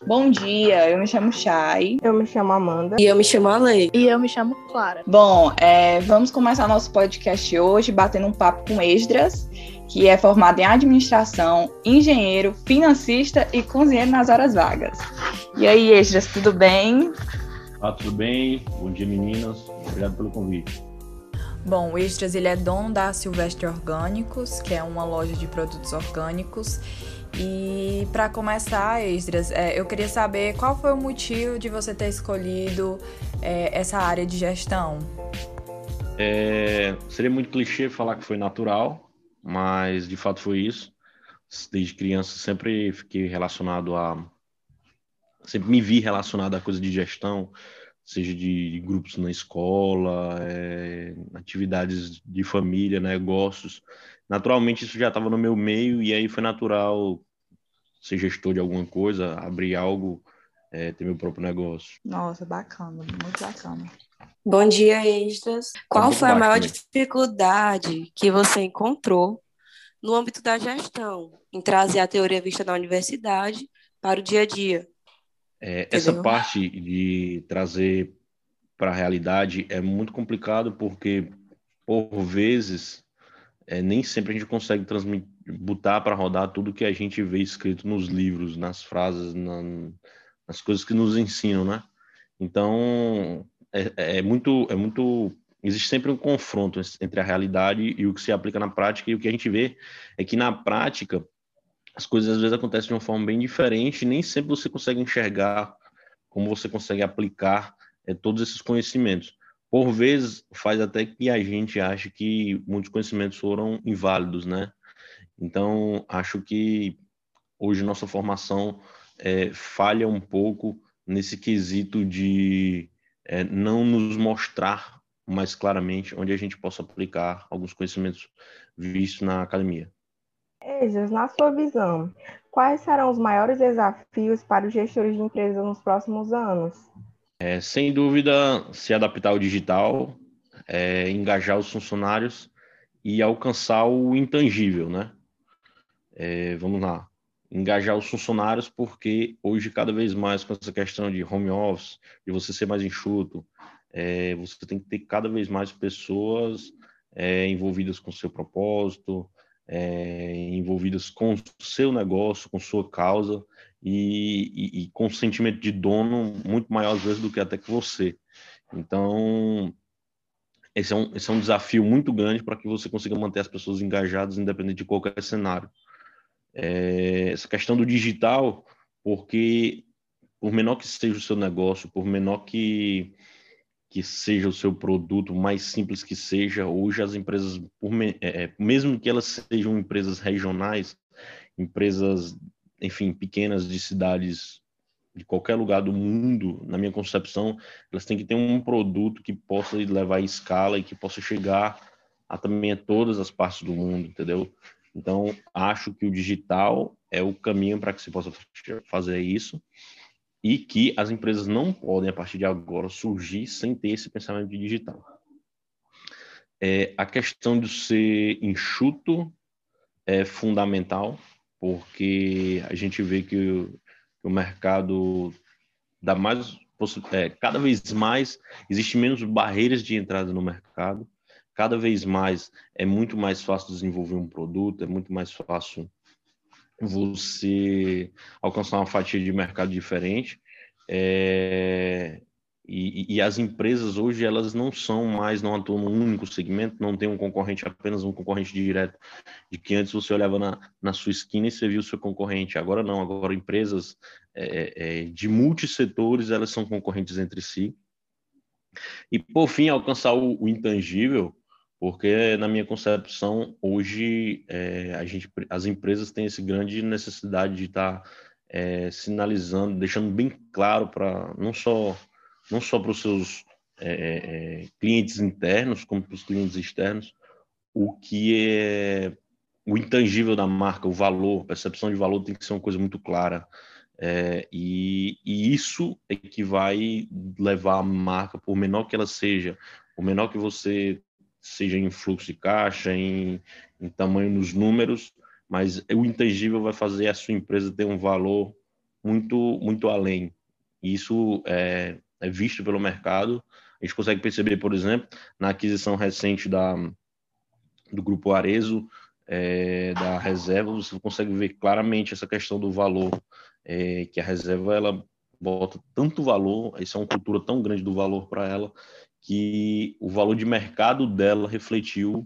Bom dia, eu me chamo Chay. Eu me chamo Amanda. E eu me chamo Ale. E eu me chamo Clara. Bom, vamos começar nosso podcast hoje batendo um papo com Esdras, que é formado em administração, engenheiro, financista e cozinheiro nas horas vagas. E aí, Esdras, tudo bem? Tudo bem. Bom dia, meninas. Obrigado pelo convite. Bom, o Esdras, ele é dono da Silvestre Orgânicos, que é uma loja de produtos orgânicos. E para começar, Esdras, eu queria saber qual foi o motivo de você ter escolhido essa área de gestão. Seria muito clichê falar que foi natural, mas de fato foi isso. Desde criança sempre sempre me vi relacionado a coisa de gestão, seja de grupos na escola, atividades de família, negócios. Naturalmente isso já estava no meu meio e aí foi natural ser gestor de alguma coisa, abrir algo, ter meu próprio negócio. Nossa, bacana, muito bacana. Bom dia, Esdras. Qual foi a maior também. dificuldade que você encontrou no âmbito da gestão, em trazer a teoria vista na universidade para o dia a dia? Essa parte de trazer para a realidade é muito complicado porque, por vezes, nem sempre a gente consegue botar para rodar tudo que a gente vê escrito nos livros, nas frases, nas coisas que nos ensinam, né? Então, existe sempre um confronto entre a realidade e o que se aplica na prática, e o que a gente vê é que na prática as coisas às vezes acontecem de uma forma bem diferente, e nem sempre você consegue enxergar como você consegue aplicar todos esses conhecimentos. Por vezes, faz até que a gente ache que muitos conhecimentos foram inválidos, né? Então, acho que hoje nossa formação falha um pouco nesse quesito de não nos mostrar mais claramente onde a gente possa aplicar alguns conhecimentos vistos na academia. Esdras, na sua visão, quais serão os maiores desafios para os gestores de empresas nos próximos anos? Sem dúvida, se adaptar ao digital, engajar os funcionários e alcançar o intangível, né? Vamos lá. Engajar os funcionários, porque hoje, cada vez mais, com essa questão de home office, de você ser mais enxuto, você tem que ter cada vez mais pessoas envolvidas com o seu propósito, envolvidas com o seu negócio, com sua causa e com um sentimento de dono muito maior, às vezes, do que até que você. Então, esse é um desafio muito grande para que você consiga manter as pessoas engajadas, independente de qualquer cenário. Essa questão do digital, porque por menor que seja o seu negócio, por menor que seja o seu produto, mais simples que seja, hoje as empresas, mesmo que elas sejam empresas regionais, empresas, enfim, pequenas de cidades de qualquer lugar do mundo, na minha concepção, elas têm que ter um produto que possa levar à escala e que possa chegar também a todas as partes do mundo, entendeu? Então, acho que o digital é o caminho para que se possa fazer isso e que as empresas não podem, a partir de agora, surgir sem ter esse pensamento de digital. A questão de ser enxuto é fundamental, porque a gente vê que o mercado dá mais, cada vez mais existe menos barreiras de entrada no mercado, cada vez mais é muito mais fácil desenvolver um produto, é muito mais fácil você alcançar uma fatia de mercado diferente, e as empresas hoje elas não atuam num único segmento, não tem um concorrente, apenas um concorrente direto, de que antes você olhava na sua esquina e você via o seu concorrente, agora não, agora empresas de multissetores, elas são concorrentes entre si, e por fim alcançar o intangível, porque na minha concepção hoje as empresas têm essa grande necessidade de estar sinalizando, deixando bem claro para não só para os seus clientes internos, como para os clientes externos, o que é o intangível da marca, o valor, a percepção de valor tem que ser uma coisa muito clara. E isso é que vai levar a marca, por menor que ela seja, por menor que você seja em fluxo de caixa, em tamanho nos números, mas o intangível vai fazer a sua empresa ter um valor muito além. E isso é visto pelo mercado. A gente consegue perceber, por exemplo, na aquisição recente do Grupo Arezzo, da reserva, você consegue ver claramente essa questão do valor, que a reserva ela bota tanto valor, isso é uma cultura tão grande do valor para ela, que o valor de mercado dela refletiu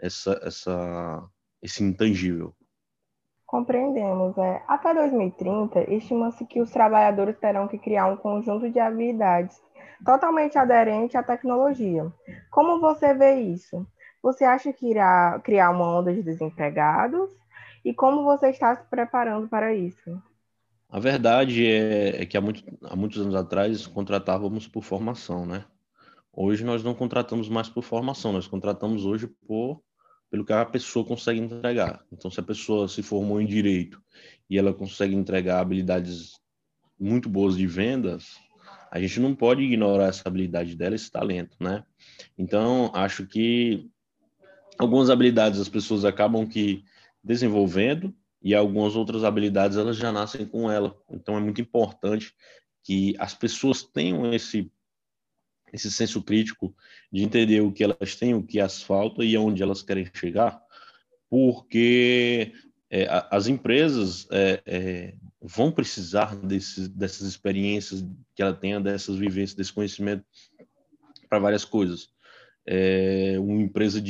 esse intangível. Compreendemos. Até 2030, estima-se que os trabalhadores terão que criar um conjunto de habilidades totalmente aderente à tecnologia. Como você vê isso? Você acha que irá criar uma onda de desempregados? E como você está se preparando para isso? A verdade é que há muitos anos atrás contratávamos por formação, né? Hoje nós não contratamos mais por formação, nós contratamos hoje pelo que a pessoa consegue entregar. Então, se a pessoa se formou em direito e ela consegue entregar habilidades muito boas de vendas, a gente não pode ignorar essa habilidade dela, esse talento, né? Então, acho que algumas habilidades as pessoas acabam que desenvolvendo e algumas outras habilidades elas já nascem com ela. Então, é muito importante que as pessoas tenham esse senso crítico de entender o que elas têm, o que as falta e aonde elas querem chegar, porque as empresas vão precisar dessas experiências que ela tenha, dessas vivências, desse conhecimento para várias coisas. Uma empresa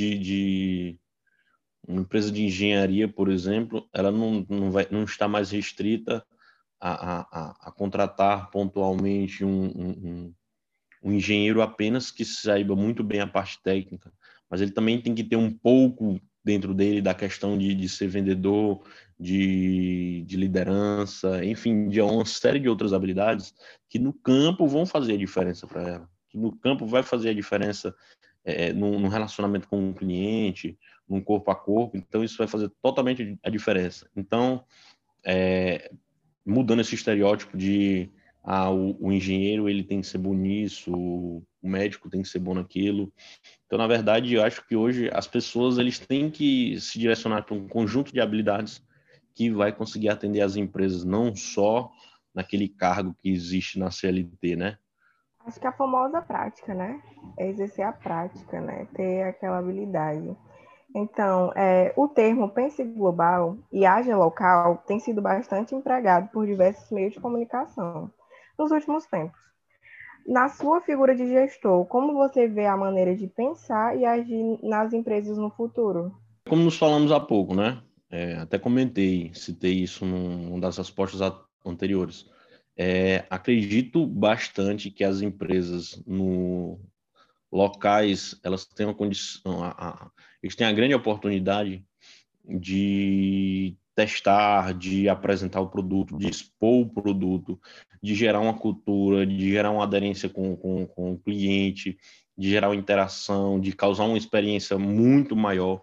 de engenharia, por exemplo, ela não está mais restrita a contratar pontualmente um engenheiro apenas que saiba muito bem a parte técnica, mas ele também tem que ter um pouco dentro dele da questão de ser vendedor, de liderança, enfim, de uma série de outras habilidades que no campo vão fazer a diferença para ela, que no campo vai fazer a diferença no relacionamento com o cliente, num corpo a corpo. Então isso vai fazer totalmente a diferença. Então, mudando esse estereótipo de o engenheiro ele tem que ser bom nisso, o médico tem que ser bom naquilo. Então, na verdade, eu acho que hoje as pessoas eles têm que se direcionar para um conjunto de habilidades que vai conseguir atender as empresas, não só naquele cargo que existe na CLT, né? Acho que a famosa prática, né? É exercer a prática, né? Ter aquela habilidade. Então, o termo pense global e haja local tem sido bastante empregado por diversos meios de comunicação nos últimos tempos. Na sua figura de gestor, como você vê a maneira de pensar e agir nas empresas no futuro? Como nos falamos há pouco, né? Até citei isso numa das respostas anteriores. Acredito bastante que as empresas no locais elas têm uma condição, eles têm a grande oportunidade de testar, de apresentar o produto, de expor o produto, de gerar uma cultura, de gerar uma aderência com o cliente, de gerar uma interação, de causar uma experiência muito maior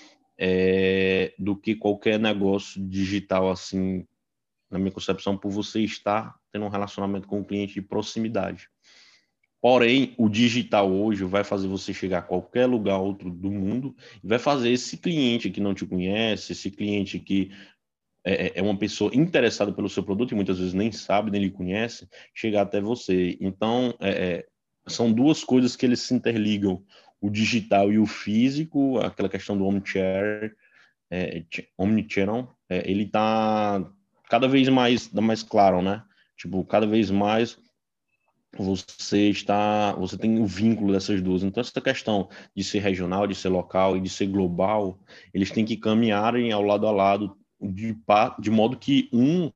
do que qualquer negócio digital, assim, na minha concepção, por você estar tendo um relacionamento com o cliente de proximidade. Porém, o digital hoje vai fazer você chegar a qualquer lugar outro do mundo e vai fazer esse cliente que não te conhece, esse cliente que é uma pessoa interessada pelo seu produto e muitas vezes nem sabe, nem lhe conhece, chegar até você. Então, são duas coisas que eles se interligam, o digital e o físico, aquela questão do omnichannel, ele está cada vez mais claro, né? Tipo, cada vez mais você tem o vínculo dessas duas. Então, essa questão de ser regional, de ser local e de ser global, eles têm que caminharem ao lado a lado, de modo que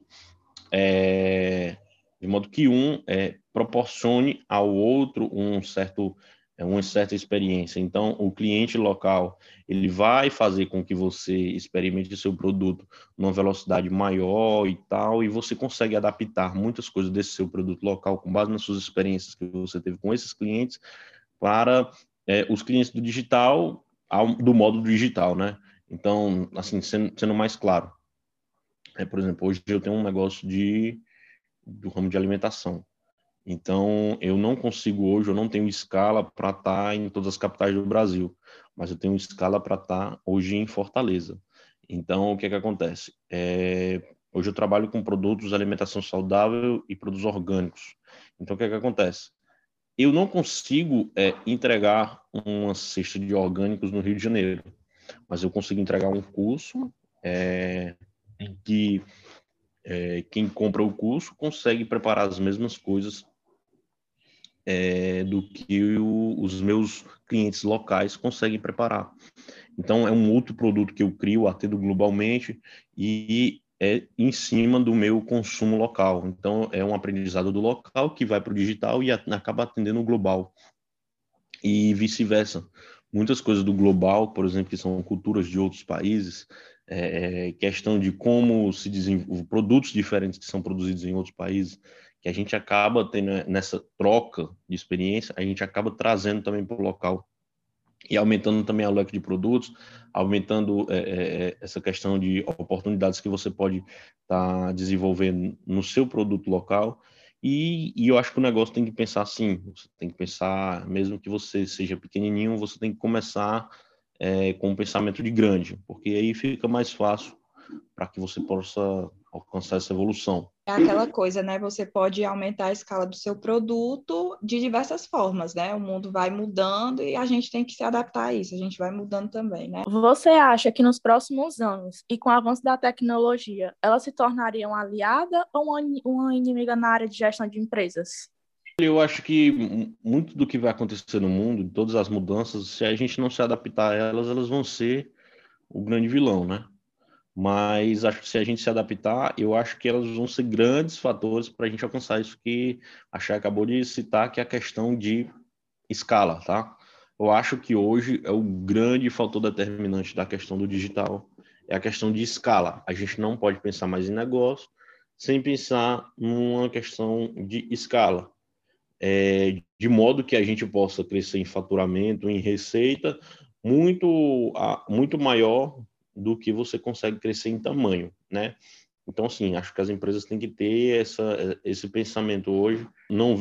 proporcione ao outro uma certa experiência. Então, o cliente local, ele vai fazer com que você experimente o seu produto numa velocidade maior e tal, e você consegue adaptar muitas coisas desse seu produto local com base nas suas experiências que você teve com esses clientes para os clientes do digital, do modo digital, né? Então, assim, sendo mais claro. Por exemplo, hoje eu tenho um negócio do ramo de alimentação. Então, eu não consigo hoje, eu não tenho escala para estar em todas as capitais do Brasil, mas eu tenho escala para estar hoje em Fortaleza. Então, o que é que acontece? Hoje eu trabalho com produtos de alimentação saudável e produtos orgânicos. Então, o que é que acontece? Eu não consigo entregar uma cesta de orgânicos no Rio de Janeiro, mas eu consigo entregar um curso em que quem compra o curso consegue preparar as mesmas coisas do que os meus clientes locais conseguem preparar. Então, é um outro produto que eu crio, atendo globalmente e é em cima do meu consumo local. Então, é um aprendizado do local que vai para o digital e acaba atendendo o global. E vice-versa. Muitas coisas do global, por exemplo, que são culturas de outros países, questão de como se desenvolvem produtos diferentes que são produzidos em outros países, que a gente acaba tendo nessa troca de experiência, a gente acaba trazendo também para o local e aumentando também a leque de produtos, aumentando essa questão de oportunidades que você pode estar desenvolvendo no seu produto local. E eu acho que o negócio tem que pensar assim, você tem que pensar, mesmo que você seja pequenininho, você tem que começar com um pensamento de grande, porque aí fica mais fácil para que você possa alcançar essa evolução. É aquela coisa, né? Você pode aumentar a escala do seu produto de diversas formas, né? O mundo vai mudando e a gente tem que se adaptar a isso. A gente vai mudando também, né? Você acha que nos próximos anos, e com o avanço da tecnologia, ela se tornaria uma aliada ou uma inimiga na área de gestão de empresas? Eu acho que muito do que vai acontecer no mundo, todas as mudanças, se a gente não se adaptar a elas, elas vão ser o grande vilão, né? Mas acho que se a gente se adaptar, eu acho que elas vão ser grandes fatores para a gente alcançar isso que a Chay acabou de citar, que é a questão de escala, tá? Eu acho que hoje é o grande fator determinante da questão do digital, é a questão de escala. A gente não pode pensar mais em negócio sem pensar numa questão de escala, de modo que a gente possa crescer em faturamento, em receita, muito maior do que você consegue crescer em tamanho, né? Então, assim, acho que as empresas têm que ter esse pensamento hoje. Não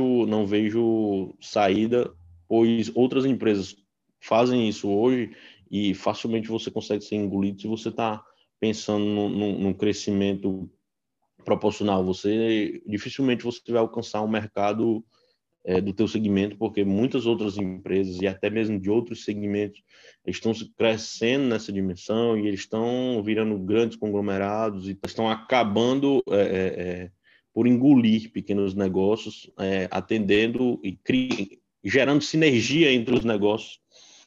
vejo saída, pois outras empresas fazem isso hoje e facilmente você consegue ser engolido se você está pensando num crescimento proporcional. Dificilmente você vai alcançar um mercado do teu segmento, porque muitas outras empresas e até mesmo de outros segmentos estão crescendo nessa dimensão e eles estão virando grandes conglomerados e estão acabando por engolir pequenos negócios, atendendo e gerando sinergia entre os negócios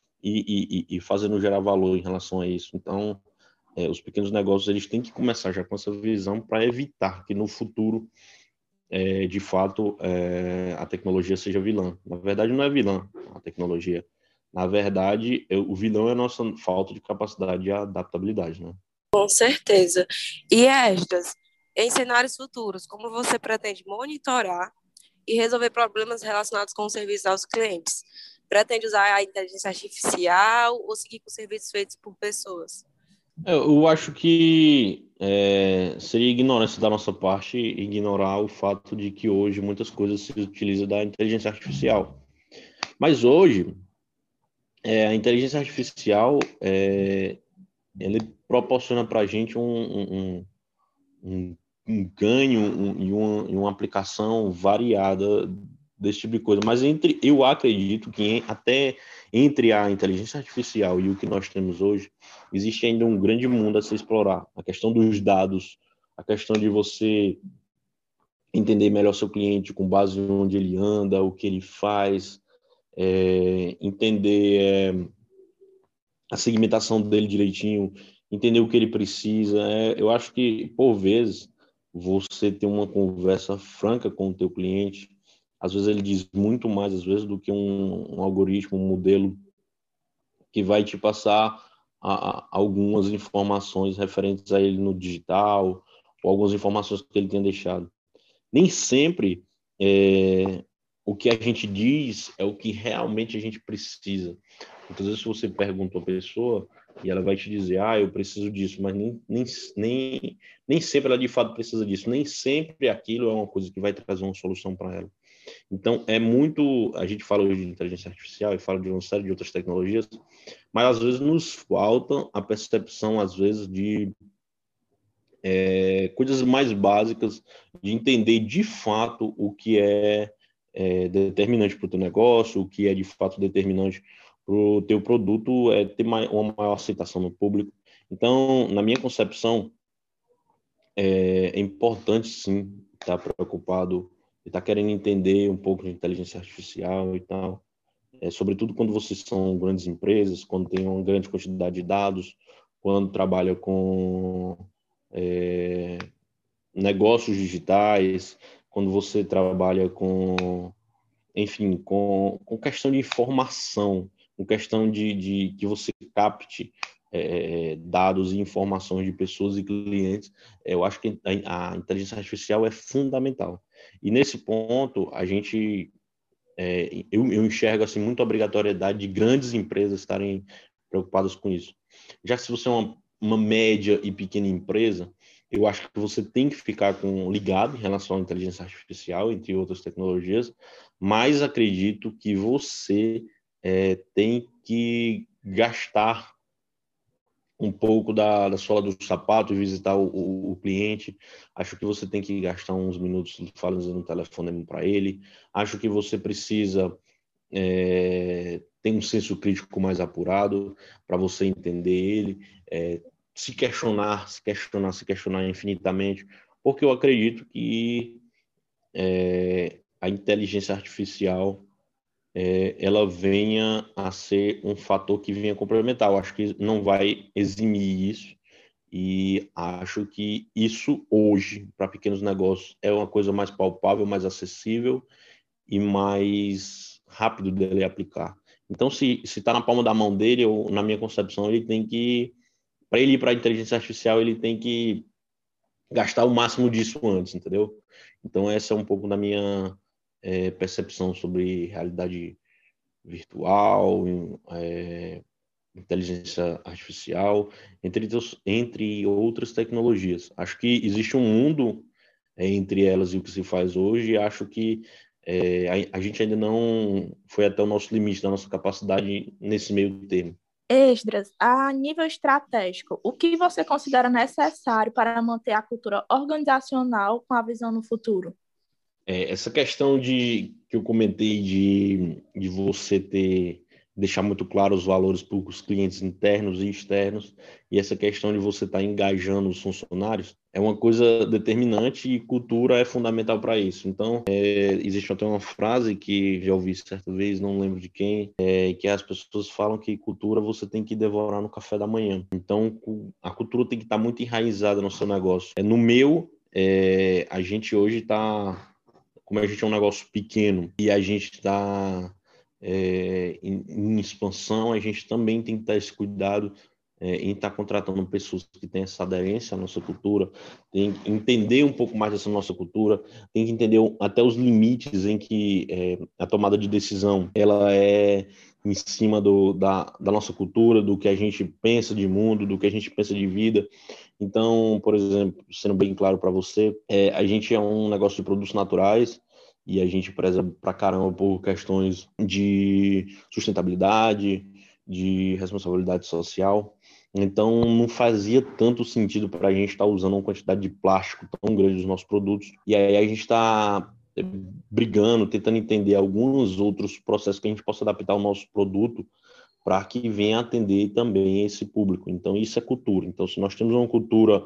e fazendo gerar valor em relação a isso. Então, os pequenos negócios eles têm que começar já com essa visão para evitar que no futuro de fato, a tecnologia seja vilã. Na verdade, não é vilã a tecnologia. Na verdade, o vilão é a nossa falta de capacidade de adaptabilidade, né? Com certeza. E, Esdras, em cenários futuros, como você pretende monitorar e resolver problemas relacionados com o serviço aos clientes? Pretende usar a inteligência artificial ou seguir com serviços feitos por pessoas? Eu acho que seria ignorância da nossa parte ignorar o fato de que hoje muitas coisas se utilizam da inteligência artificial. Mas hoje, a inteligência artificial ele proporciona para a gente um ganho e uma aplicação variada desse tipo de coisa. Mas eu acredito que até entre a inteligência artificial e o que nós temos hoje, existe ainda um grande mundo a se explorar. A questão dos dados, a questão de você entender melhor seu cliente com base em onde ele anda, o que ele faz, entender a segmentação dele direitinho, entender o que ele precisa. Eu acho que, por vezes, você ter uma conversa franca com o teu cliente, às vezes ele diz muito mais, às vezes, do que um algoritmo, um modelo que vai te passar algumas informações referentes a ele no digital, ou algumas informações que ele tenha deixado. Nem sempre o que a gente diz é o que realmente a gente precisa. Muitas vezes você pergunta a pessoa e ela vai te dizer, eu preciso disso, mas nem sempre ela de fato precisa disso, nem sempre aquilo é uma coisa que vai trazer uma solução para ela. Então, a gente fala hoje de inteligência artificial e fala de uma série de outras tecnologias, mas às vezes nos falta a percepção, às vezes, de coisas mais básicas de entender de fato o que é determinante para o teu negócio, o que é de fato determinante para o teu produto, ter uma maior aceitação no público. Então, na minha concepção, é importante sim estar preocupado e estar querendo entender um pouco de inteligência artificial e tal, sobretudo quando vocês são grandes empresas, quando tem uma grande quantidade de dados, quando trabalha com negócios digitais, quando você trabalha com, enfim, com questão de informação, com questão de que você capte dados e informações de pessoas e clientes. Eu acho que a inteligência artificial é fundamental. E nesse ponto, a gente, eu enxergo assim, muita obrigatoriedade de grandes empresas estarem preocupadas com isso. Já se você é uma média e pequena empresa, eu acho que você tem que ficar ligado em relação à inteligência artificial, entre outras tecnologias, mas acredito que você tem que gastar um pouco da sola do sapato, visitar o cliente. Acho que você tem que gastar uns minutos falando no telefone para ele. Acho que você precisa ter um senso crítico mais apurado para você entender ele, se questionar infinitamente, porque eu acredito que a inteligência artificial ela venha a ser um fator que venha complementar. Eu acho que não vai eximir isso, e acho que isso hoje, para pequenos negócios, é uma coisa mais palpável, mais acessível e mais rápido dele aplicar. Então, se está na palma da mão dele, ou na minha concepção, ele tem que, para ele ir para a inteligência artificial, ele tem que gastar o máximo disso antes, entendeu? Então, essa é um pouco da minha percepção sobre realidade virtual, inteligência artificial, entre outras tecnologias. Acho que existe um mundo entre elas e o que se faz hoje, e acho que a gente ainda não foi até o nosso limite da nossa capacidade nesse meio termo. Esdras, a nível estratégico, o que você considera necessário para manter a cultura organizacional com a visão no futuro? Essa questão que eu comentei de você deixar muito claro os valores para os clientes internos e externos, e essa questão de você estar engajando os funcionários, é uma coisa determinante, e cultura é fundamental para isso. Então, existe até uma frase que já ouvi certa vez, não lembro de quem, que as pessoas falam que cultura você tem que devorar no café da manhã. Então, a cultura tem que estar muito enraizada no seu negócio. No meu, a gente hoje está... Como a gente é um negócio pequeno e a gente está em expansão, a gente também tem que ter esse cuidado em estar contratando pessoas que têm essa aderência à nossa cultura, tem que entender um pouco mais dessa nossa cultura, tem que entender até os limites em que a tomada de decisão ela é em cima da nossa cultura, do que a gente pensa de mundo, do que a gente pensa de vida. Então, por exemplo, sendo bem claro para você, a gente é um negócio de produtos naturais e a gente preza pra caramba por questões de sustentabilidade, de responsabilidade social. Então, não fazia tanto sentido para a gente estar usando uma quantidade de plástico tão grande nos nossos produtos. E aí a gente está brigando, tentando entender alguns outros processos que a gente possa adaptar ao nosso produto para que venha atender também esse público. Então, isso é cultura. Então, se nós temos uma cultura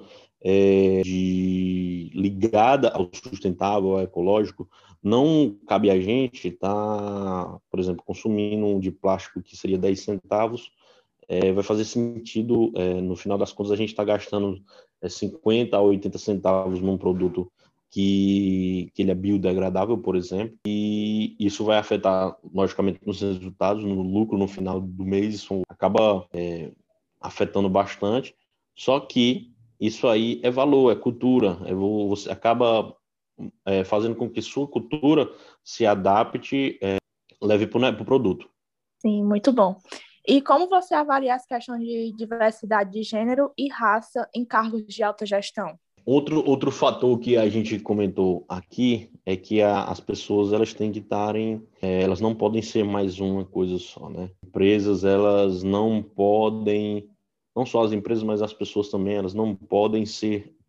ligada ao sustentável, ao ecológico, não cabe a gente estar, por exemplo, consumindo um de plástico que seria 10 centavos, vai fazer sentido, no final das contas, a gente está gastando 50 a 80 centavos num produto que ele é biodegradável, por exemplo, e isso vai afetar, logicamente, nos resultados, no lucro no final do mês, isso acaba afetando bastante, só que isso aí é valor, é cultura, você acaba fazendo com que sua cultura se adapte, leve para o produto. Sim, muito bom. E como você avalia as questões de diversidade de gênero e raça em cargos de alta gestão? Outro fator que a gente comentou aqui é que as pessoas elas têm que estarem, elas não podem ser mais uma coisa só, né? Empresas elas não podem, não só as empresas, mas as pessoas também, elas não podem ter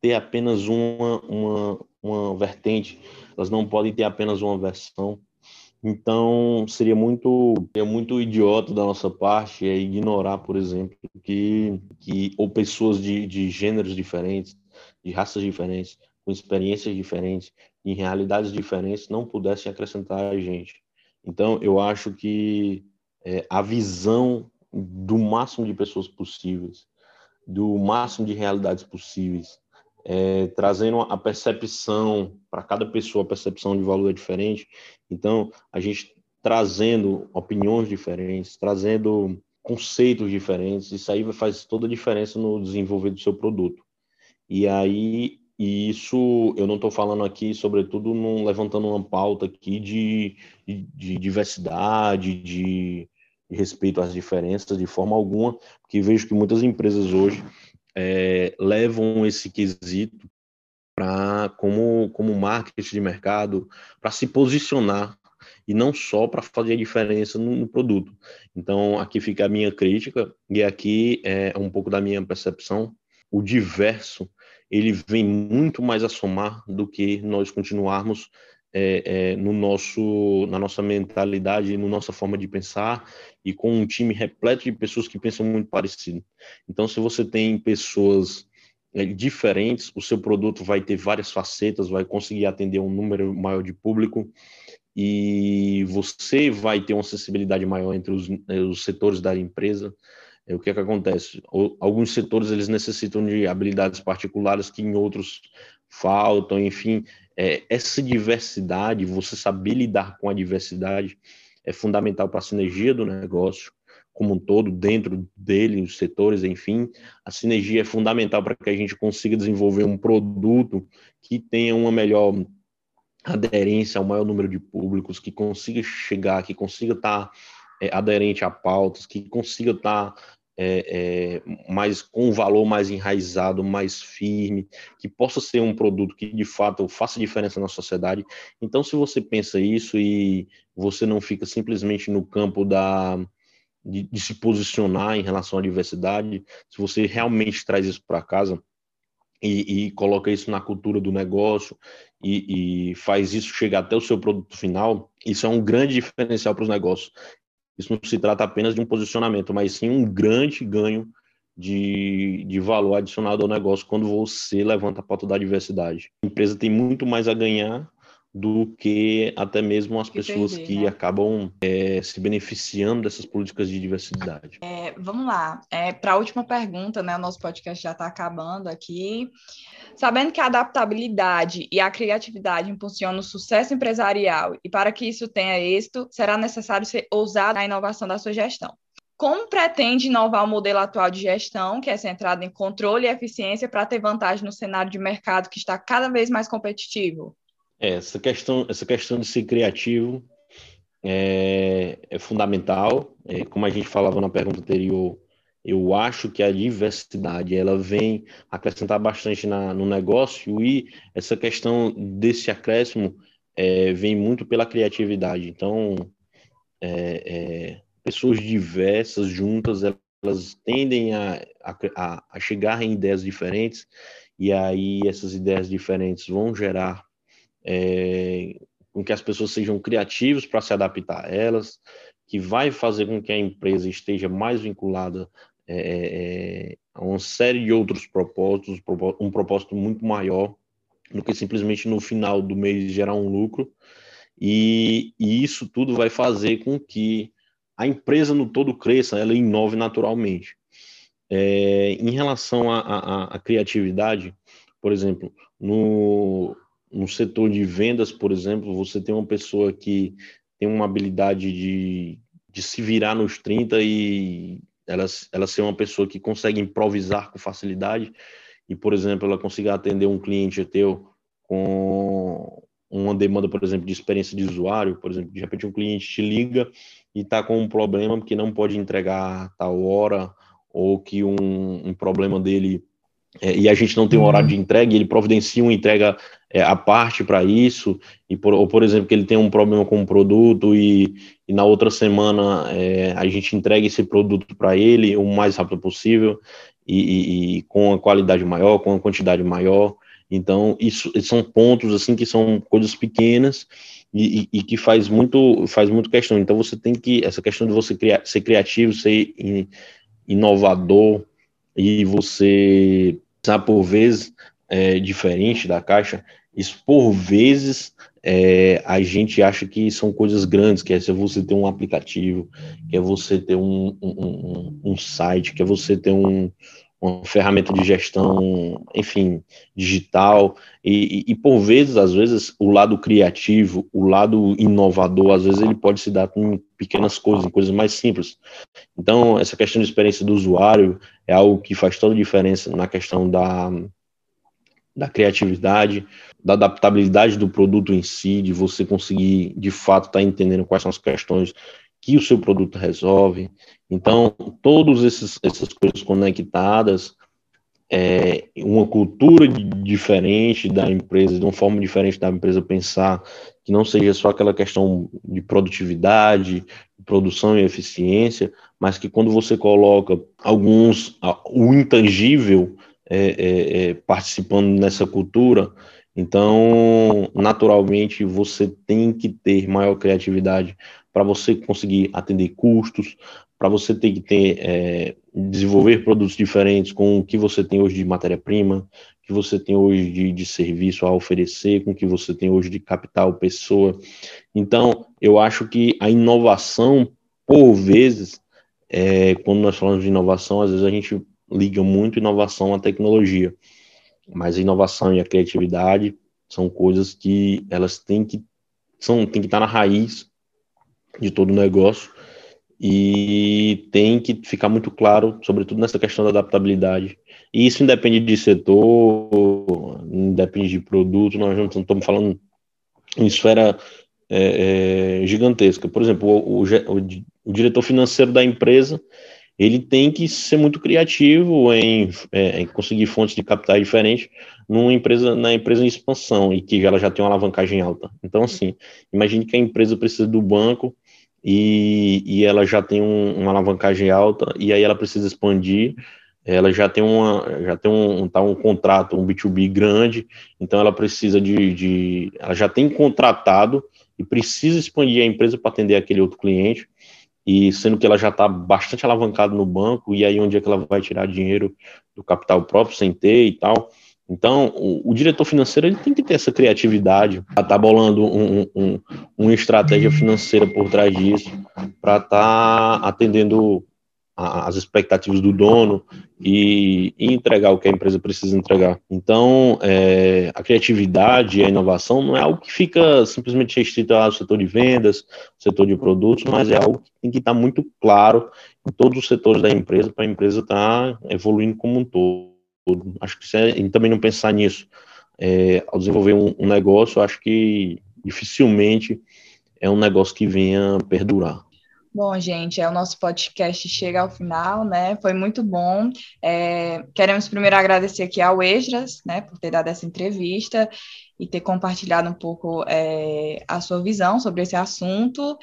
ter apenas uma vertente, elas não podem ter apenas uma versão. Então, seria muito idiota da nossa parte ignorar, por exemplo, que ou pessoas de gêneros diferentes, de raças diferentes, com experiências diferentes, em realidades diferentes, não pudessem acrescentar a gente. Então, eu acho que a visão do máximo de pessoas possíveis, do máximo de realidades possíveis, trazendo a percepção, para cada pessoa a percepção de valor é diferente. Então, a gente trazendo opiniões diferentes, trazendo conceitos diferentes, isso aí faz toda a diferença no desenvolver do seu produto. E aí, isso eu não estou falando aqui, sobretudo, levantando uma pauta aqui de diversidade, de respeito às diferenças, de forma alguma, porque vejo que muitas empresas hoje levam esse quesito como marketing de mercado, para se posicionar, e não só para fazer a diferença no produto. Então, aqui fica a minha crítica, e aqui é um pouco da minha percepção. O diverso, ele vem muito mais a somar do que nós continuarmos na nossa mentalidade, na nossa forma de pensar, e com um time repleto de pessoas que pensam muito parecido. Então, se você tem pessoas diferentes, o seu produto vai ter várias facetas, vai conseguir atender um número maior de público, e você vai ter uma acessibilidade maior entre os setores da empresa. O que acontece? Alguns setores eles necessitam de habilidades particulares que em outros faltam, enfim. Essa diversidade, você saber lidar com a diversidade é fundamental para a sinergia do negócio como um todo, dentro dele, os setores, enfim. A sinergia é fundamental para que a gente consiga desenvolver um produto que tenha uma melhor aderência ao maior número de públicos, que consiga chegar, que consiga estar aderente a pautas, que consiga estar mais com um valor mais enraizado, mais firme, que possa ser um produto que de fato faça diferença na sociedade. Então, se você pensa isso e você não fica simplesmente no campo de se posicionar em relação à diversidade, se você realmente traz isso para casa e coloca isso na cultura do negócio e faz isso chegar até o seu produto final, isso é um grande diferencial para os negócios. Isso não se trata apenas de um posicionamento, mas sim um grande ganho de valor adicionado ao negócio quando você levanta a pauta da diversidade. A empresa tem muito mais a ganhar do que até mesmo as pessoas que né? Acabam se beneficiando dessas políticas de diversidade. Vamos lá, para a última pergunta, né? O nosso podcast já está acabando aqui. Sabendo que a adaptabilidade e a criatividade impulsionam o sucesso empresarial e para que isso tenha êxito, será necessário ser ousado na inovação da sua gestão. Como pretende inovar o modelo atual de gestão, que é centrado em controle e eficiência, para ter vantagem no cenário de mercado que está cada vez mais competitivo? Essa questão de ser criativo é fundamental. Como a gente falava na pergunta anterior, eu acho que a diversidade ela vem acrescentar bastante no negócio, e essa questão desse acréscimo vem muito pela criatividade. Então, pessoas diversas juntas, elas tendem a chegar em ideias diferentes, e aí essas ideias diferentes vão gerar com que as pessoas sejam criativas para se adaptar a elas, que vai fazer com que a empresa esteja mais vinculada a uma série de outros propósitos, um propósito muito maior do que simplesmente no final do mês gerar um lucro, e isso tudo vai fazer com que a empresa no todo cresça, ela inove naturalmente. Em relação à criatividade, por exemplo, no setor de vendas, por exemplo, você tem uma pessoa que tem uma habilidade de se virar nos 30 e ela ser uma pessoa que consegue improvisar com facilidade e, por exemplo, ela consiga atender um cliente teu com uma demanda, por exemplo, de experiência de usuário. Por exemplo, de repente um cliente te liga e está com um problema que não pode entregar a tal hora, ou que um problema dele e a gente não tem um horário de entrega, e ele providencia uma entrega à parte para isso, ou, por exemplo, que ele tem um problema com um produto e na outra semana a gente entrega esse produto para ele o mais rápido possível. e com a qualidade maior, com a quantidade maior. Então, isso são pontos, assim, que são coisas pequenas e que faz muito questão. Então, você tem que, essa questão de você ser criativo, ser inovador, e você, sabe, por vezes, diferente da caixa, isso por vezes a gente acha que são coisas grandes, que é se você ter um aplicativo, que é você ter um site, que é você ter uma ferramenta de gestão, enfim, digital, e por vezes, às vezes, o lado criativo, o lado inovador, às vezes ele pode se dar em pequenas coisas, em coisas mais simples. Então, essa questão de experiência do usuário é algo que faz toda a diferença na questão da criatividade, da adaptabilidade do produto em si, de você conseguir, de fato, estar entendendo quais são as questões que o seu produto resolve. Então, todas essas coisas conectadas, uma cultura diferente da empresa, de uma forma diferente da empresa pensar, que não seja só aquela questão de produtividade, produção e eficiência, mas que quando você coloca o intangível participando nessa cultura, então, naturalmente, você tem que ter maior criatividade para você conseguir atender custos, para você ter que desenvolver produtos diferentes com o que você tem hoje de matéria-prima, que você tem hoje de serviço a oferecer, com o que você tem hoje de capital, pessoa. Então, eu acho que a inovação, por vezes, quando nós falamos de inovação, às vezes a gente liga muito inovação à tecnologia, mas a inovação e a criatividade são coisas que elas têm que estar na raiz de todo o negócio, e tem que ficar muito claro, sobretudo nessa questão da adaptabilidade. E isso independe de setor, independe de produto, nós não estamos falando em esfera gigantesca. Por exemplo, o diretor financeiro da empresa, ele tem que ser muito criativo em conseguir fontes de capitais diferentes na empresa em expansão e que ela já tem uma alavancagem alta. Então, assim, imagine que a empresa precisa do banco e ela já tem uma alavancagem alta e aí ela precisa expandir, ela já tem um contrato, um B2B grande, então ela precisa ela já tem contratado e precisa expandir a empresa para atender aquele outro cliente, e sendo que ela já está bastante alavancada no banco, e aí onde é que ela vai tirar dinheiro do capital próprio sem ter e tal. Então, o diretor financeiro ele tem que ter essa criatividade para estar bolando uma estratégia financeira por trás disso, para estar atendendo as expectativas do dono e entregar o que a empresa precisa entregar. Então, a criatividade e a inovação não é algo que fica simplesmente restrito ao setor de vendas, setor de produtos, mas é algo que tem que estar muito claro em todos os setores da empresa, para a empresa estar evoluindo como um todo. Acho que e também não pensar nisso. Ao desenvolver um negócio, acho que dificilmente é um negócio que venha perdurar. Bom, gente, o nosso podcast chega ao final, né? Foi muito bom. Queremos primeiro agradecer aqui ao Esdras, né, por ter dado essa entrevista e ter compartilhado um pouco a sua visão sobre esse assunto.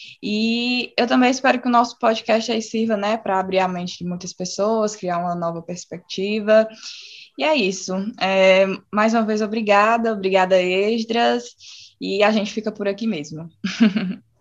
E eu também espero que o nosso podcast aí sirva, né, para abrir a mente de muitas pessoas, criar uma nova perspectiva. E é isso. Mais uma vez, obrigada, Esdras. E a gente fica por aqui mesmo.